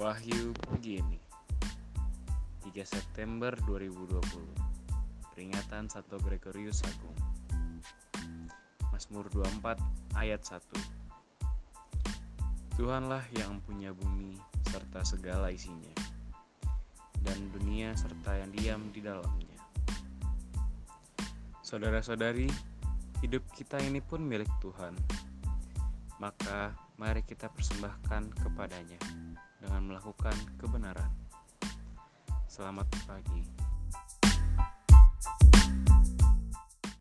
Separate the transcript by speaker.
Speaker 1: Wahyu begini, 3 September 2020, peringatan Santo Gregorius Agung. Mazmur 24 ayat 1. Tuhanlah yang punya bumi serta segala isinya, dan dunia serta yang diam di dalamnya. Saudara-saudari, hidup kita ini pun milik Tuhan. Maka mari kita persembahkan kepadanya dengan melakukan kebenaran. Selamat pagi.